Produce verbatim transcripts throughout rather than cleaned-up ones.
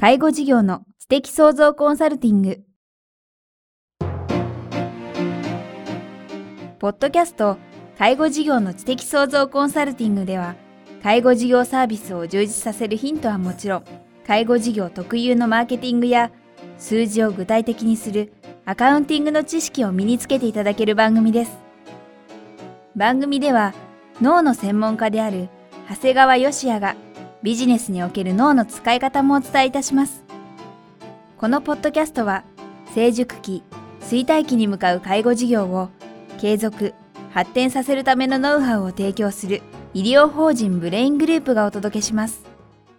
介護事業の知的創造コンサルティング。ポッドキャスト介護事業の知的創造コンサルティングでは、介護事業サービスを充実させるヒントはもちろん、介護事業特有のマーケティングや数字を具体的にするアカウンティングの知識を身につけていただける番組です。番組では脳の専門家である長谷川芳也がビジネスにおける脳の使い方もお伝えいたします。このポッドキャストは成熟期、衰退期に向かう介護事業を継続、発展させるためのノウハウを提供する医療法人ブレイングループがお届けします。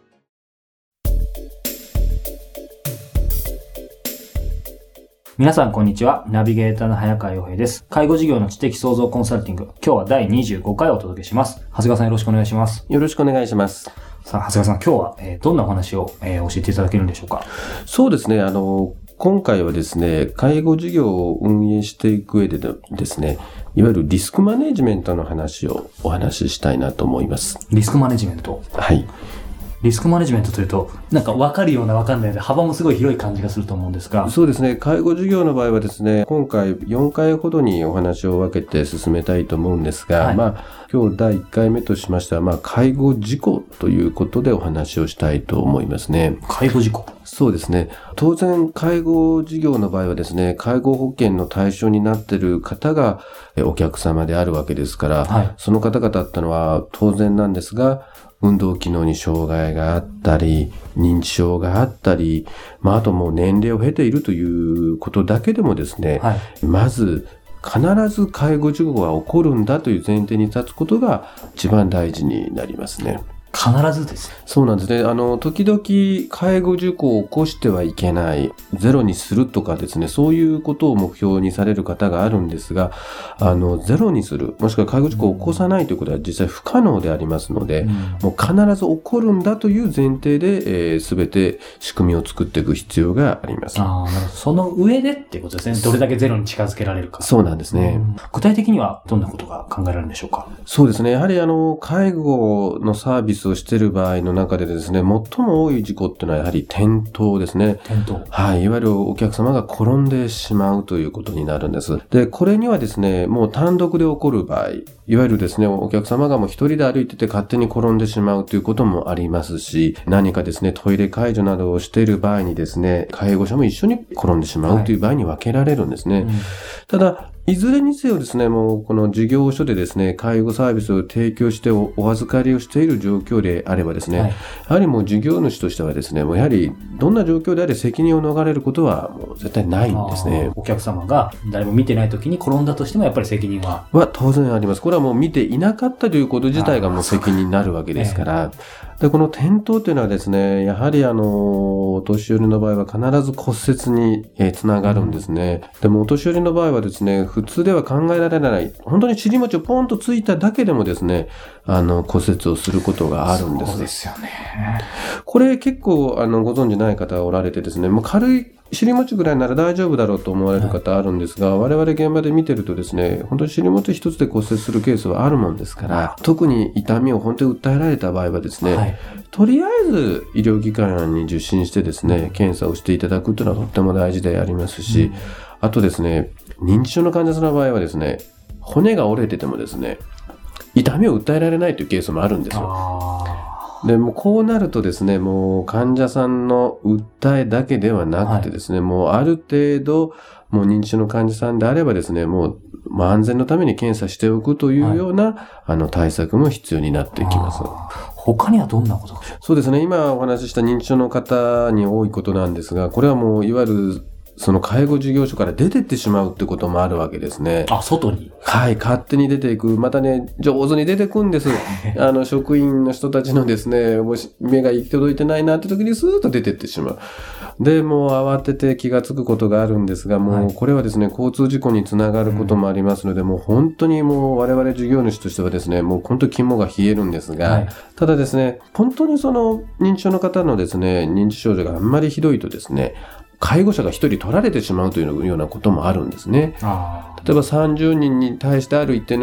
皆さんこんにちは。ナビゲーターの早川洋平です。介護事業の知的創造コンサルティング。今日はだいにじゅうごかいをお届けします。長谷川さんよろしくお願いします。 よろしくお願いします。 さあ、長谷川さん今日は、えー、どんなお話を、えー、教えていただけるんでしょうか。 そうですね。あの、今回はですね、介護事業を運営していく上でですね、いわゆるリスクマネジメントの話をお話ししたいなと思います。 リスクマネジメント。 はい。 リスクマネジメントというと、なんか分かるような分かんないような幅もすごい広い感じがすると思うんですが。 そうですね。介護事業の場合はですね、今回よんかいほどにお話を分けて進めたいと思うんですが、はい、まあ、今日だいいっかいめとしましては、まあ、介護事故ということでお話をしたいと思いますね。 介護事故。 そうですね。当然、介護事業の場合はですね、介護保険の対象になっている方がお客様であるわけですから、はい、その方々ってのは当然なんですが、運動機能に障害があったり、認知症があったり、まあ、あともう年齢を経ているということだけでもですね、はい、まず必ず介護事故が起こるんだという前提に立つことが一番大事になりますね。 必ずです。 そうなんですね。あの、時々介護事故を起こしてはいけない、ゼロにするとかですね、そういうことを目標にされる方があるんですが、あの、ゼロにする、もしくは介護事故を起こさないということは実際不可能でありますので、うん、もう必ず起こるんだという前提で、すべ、えー、て仕組みを作っていく必要があります。 ああ、なるほど。その上でっていうことですね。どれだけゼロに近づけられるか。 そうなんですね。うん、 具体的にはどんなことが考えられるんでしょうか。 そうですね。やはりあの、介護のサービスをしている場合の中でですね、最も多い事故っていうのはやはり転倒ですね。 転倒。 はい。いわゆるお客様が転んでしまうということになるんです。で、これにはですね、もう単独で起こる場合、いわゆるですね、お客様がもう一人で歩いてて勝手に転んでしまうということもありますし、何かですね、トイレ介助などをしている場合にですね、介護者も一緒に転んでしまうという場合に分けられるんですね。はい、うん、ただ、いずれにせよですね、もうこの事業所でですね、介護サービスを提供してお預かりをしている状況であればですね、はい、やはりもう事業主としてはですね、もうやはりどんな状況であれ責任を逃れることはもう絶対ないんですね。 お客様が誰も見てない時に転んだとしてもやっぱり責任はは当然あります。これはもう見ていなかったということ自体がもう責任になるわけですから、で、この転倒というのはですね、やはりあの、お年寄りの場合は必ず骨折に、えー、つながるんですね。うん、でもお年寄りの場合はですね、普通では考えられない、本当に尻餅をポンとついただけでもですね、あの、骨折をすることがあるんです。 そうですよね。 これ結構、あの、ご存知ない方がおられてですね、もう軽い尻餅ぐらいなら大丈夫だろうと思われる方あるんですが、我々現場で見てるとですね、本当に尻餅一つで骨折するケースはあるもんですから、特に痛みを本当に訴えられた場合はですね、はい、とりあえず医療機関に受診してですね、検査をしていただくというのはとっても大事でありますし、うん、あとですね、認知症の患者さんの場合はですね、骨が折れててもですね、痛みを訴えられないというケースもあるんですよ。で、もうこうなるとですね、もう患者さんの訴えだけではなくてですね、はい、もうある程度、もう認知症の患者さんであればですね、もう、まあ、安全のために検査しておくというような、はい、あの対策も必要になってきます。 他にはどんなことが？ そうですね、今お話しした認知症の方に多いことなんですが、これはもういわゆるその介護事業所から出てってしまうってこともあるわけですね。 あ、外に？ はい、勝手に出ていく。またね、上手に出てくんです。あの、職員の人たちのですね、もし目が行き届いてないなって時にスーッと出てってしまう。で、もう慌てて気がつくことがあるんですが、もうこれはですね、交通事故につながることもありますので、うん、もう本当にもう我々事業主としてはですね、もう本当に肝が冷えるんですが、はい、ただですね、本当にその認知症の方のですね、認知症状があんまりひどいとですね、介護者が一人取られてしまうというようなこともあるんですね。あ、例えばさんじゅうにんに対してある一定の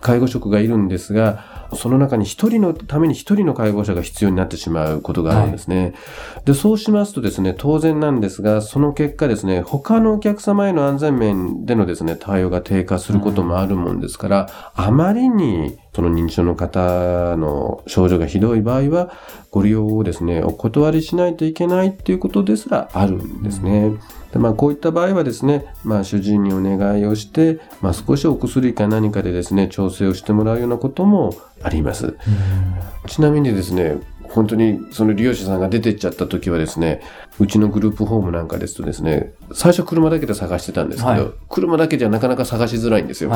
介護職がいるんですが、その中に一人のために一人の介護者が必要になってしまうことがあるんですね。はい、で、そうしますとですね、当然なんですが、その結果ですね、他のお客様への安全面でのですね、対応が低下することもあるもんですから、うん、あまりにその認知症の方の症状がひどい場合は、ご利用をですね、お断りしないといけないっていうことですらあるんですね。うんでまあ、こういった場合はですね、まあ、主治医にお願いをして、まあ、少しお薬か何かでですね、調整をしてもらうようなこともあります。うん、ちなみにですね、本当にその利用者さんが出てっちゃった時はですね、うちのグループホームなんかですとですね、最初車だけで探してたんですけど、はい、車だけじゃなかなか探しづらいんですよ。はい、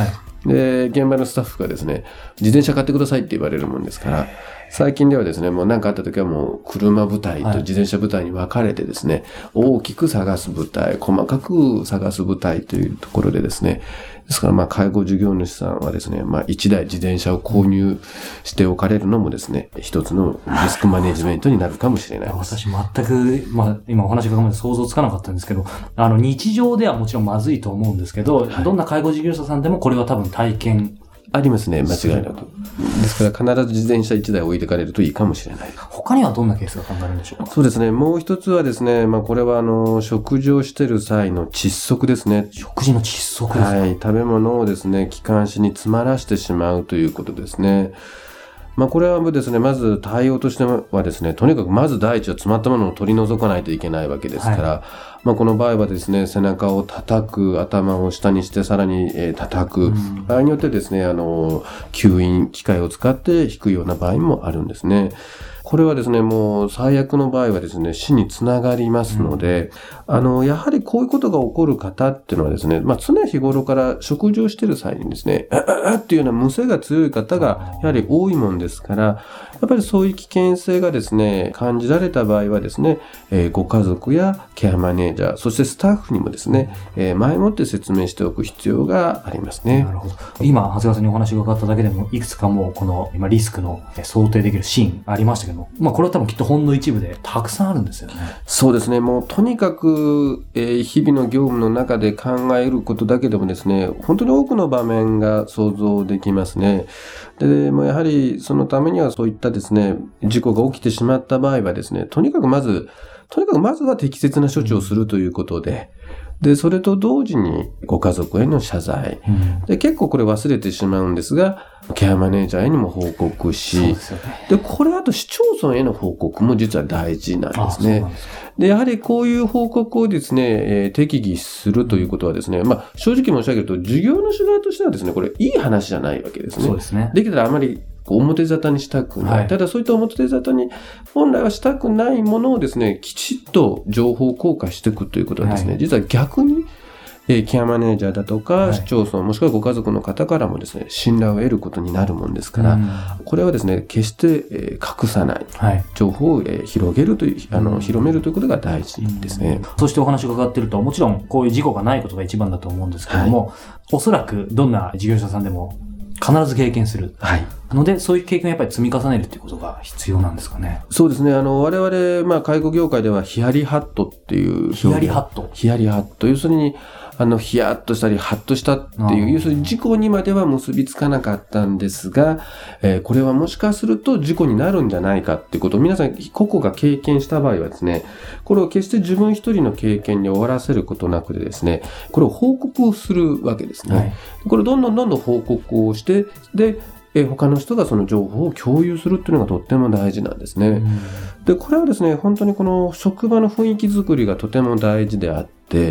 で、現場のスタッフがですね、自転車買ってくださいって言われるもんですから、最近ではですね、もう何かあった時はもう車部隊と自転車部隊に分かれてですね、はい、大きく探す部隊、細かく探す部隊というところでですね、ですからまあ介護事業主さんはですね、まあ一台自転車を購入しておかれるのもですね、一つのリスクマネジメントになるかもしれないです。 私全く、まあ今お話がまで想像つかなかったんですけど、あの日常ではもちろんまずいと思うんですけど、はい、どんな介護事業者さんでもこれは多分体験ありますね、間違いなく。ですから必ず自転車いちだい置いてかれるといいかもしれない。 他にはどんなケースが考えられるんでしょうか？ そうですね、もう一つはですね、まあこれはあの食事をしている際の窒息ですね。 食事の窒息ですか？ はい、食べ物をですね、気管支に詰まらしてしまうということですね。まあこれはですね、まず対応としてはですね、とにかくまず第一は詰まったものを取り除かないといけないわけですから、はい、まあこの場合はですね、背中を叩く、頭を下にしてさらに、えー、叩く、うん、場合によってですね、あの、吸引機械を使って引くような場合もあるんですね。これはですね、もう最悪の場合はですね、死につながりますので、うん、あの、やはりこういうことが起こる方っていうのはですね、まあ常日頃から食事をしている際にですね、あああっていうようなむせが強い方がやはり多いもんですから、やっぱりそういう危険性がですね、感じられた場合はですね、えー、ご家族やケアマネージャー、そしてスタッフにもですね、えー、前もって説明しておく必要がありますね。 なるほど。今、長谷川さんにお話が伺っただけでも、いくつかもうこの今リスクの想定できるシーンありましたけど、まあこれは多分きっとほんの一部でたくさんあるんですよね。 そうですね。もうとにかく、えー、日々の業務の中で考えることだけでもですね、本当に多くの場面が想像できますね。で、もうやはりそのためにはそういったですね、事故が起きてしまった場合はですね、とにかくまず、とにかくまずは適切な処置をするということで、で、それと同時にご家族への謝罪。うん、で、結構これ忘れてしまうんですが、ケアマネージャーへにも報告し、 そうですよね。 で、これあと市町村への報告も実は大事なんですね。あ、で、やはりこういう報告をですね、えー、適宜するということはですね、まあ、正直申し上げると、事業主側としてはですね、これいい話じゃないわけですね。 そうですね。 できたらあまり表沙汰にしたくない。はい、ただそういった表沙汰に本来はしたくないものをですね、きちっと情報公開していくということはですね、はい、実は逆に、えー、ケアマネージャーだとか、はい、市町村、もしくはご家族の方からもですね、信頼を得ることになるもんですから、うん、これはですね、決して、えー、隠さない、はい、情報を、えー、広げるという、あの、うん、広めるということが大事ですね。 うん、そしてお話を伺っていると、もちろんこういう事故がないことが一番だと思うんですけども、はい、おそらくどんな事業者さんでも必ず経験する。はい。ので、そういう経験をやっぱり積み重ねるということが必要なんですかね。 そうですね。あの、我々、まあ、介護業界ではヒヤリハットっていう。 ヒヤリハットヒヤリハット。要するに、あの、ヒヤッとしたり、ハッとしたっていう、要するに事故にまでは結びつかなかったんですが、えー、これはもしかすると事故になるんじゃないかっていうことを皆さん個々が経験した場合はですね、これを決して自分一人の経験に終わらせることなくてですね、これを報告をするわけですね。はい、これをどんどんどんどん報告をして、で、えー、他の人がその情報を共有するっていうのがとっても大事なんですね。で、これはですね、本当にこの職場の雰囲気づくりがとても大事であって、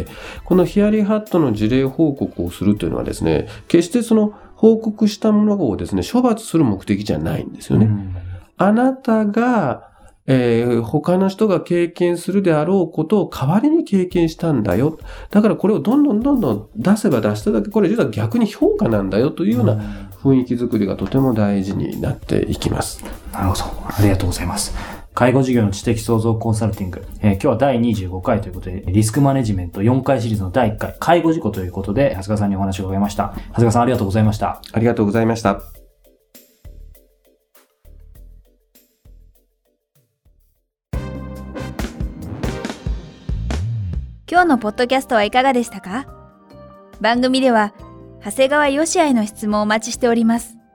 このヒヤリハットの事例報告をするというのはですね、決してその報告したものをですね、処罰する目的じゃないんですよね。あなたが、えー、他の人が経験するであろうことを代わりに経験したんだよ。だからこれをどんどんどんどん出せば出しただけ、これ実は逆に評価なんだよというような雰囲気づくりがとても大事になっていきます。 なるほど。ありがとうございます。介護事業の知的創造コンサルティング、えー、今日はだいにじゅうごかいということで、リスクマネジメントよんかいシリーズのだいいっかい、介護事故ということで、長谷川さんにお話を伺いました。長谷川さんありがとうございました。 ありがとうございました。 今日のポッドキャストはいかがでしたか？番組では長谷川よしあへの質問をお待ちしております。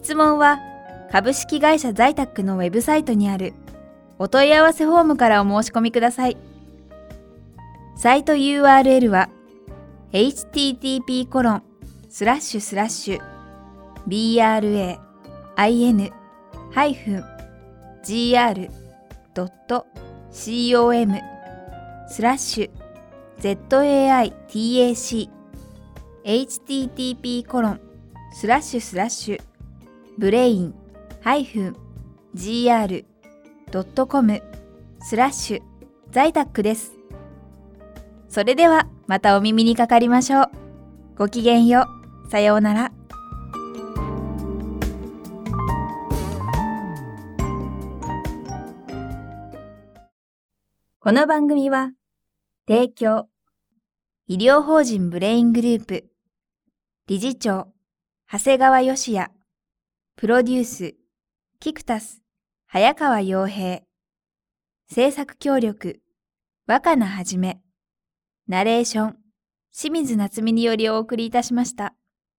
質問は株式会社在宅のウェブサイトにあるお問い合わせフォームからお申し込みください。サイト ユーアールエル は エイチティーティーピーコロンスラッシュスラッシュビーアールエーアイエヌハイフンジーアールドットコムスラッシュ ゼットエーアイティーエーシー エイチティーティーピーコロンスラッシュスラッシュブレインハイフンジーアールドットコムスラッシュ在宅です。それではまたお耳にかかりましょう。ごきげんよう。さようなら。この番組は提供医療法人ブレイングループ理事長長谷川芳也プロデュースキクタス早川洋平制作協力若菜はじめナレーション清水夏美によりお送りいたしました。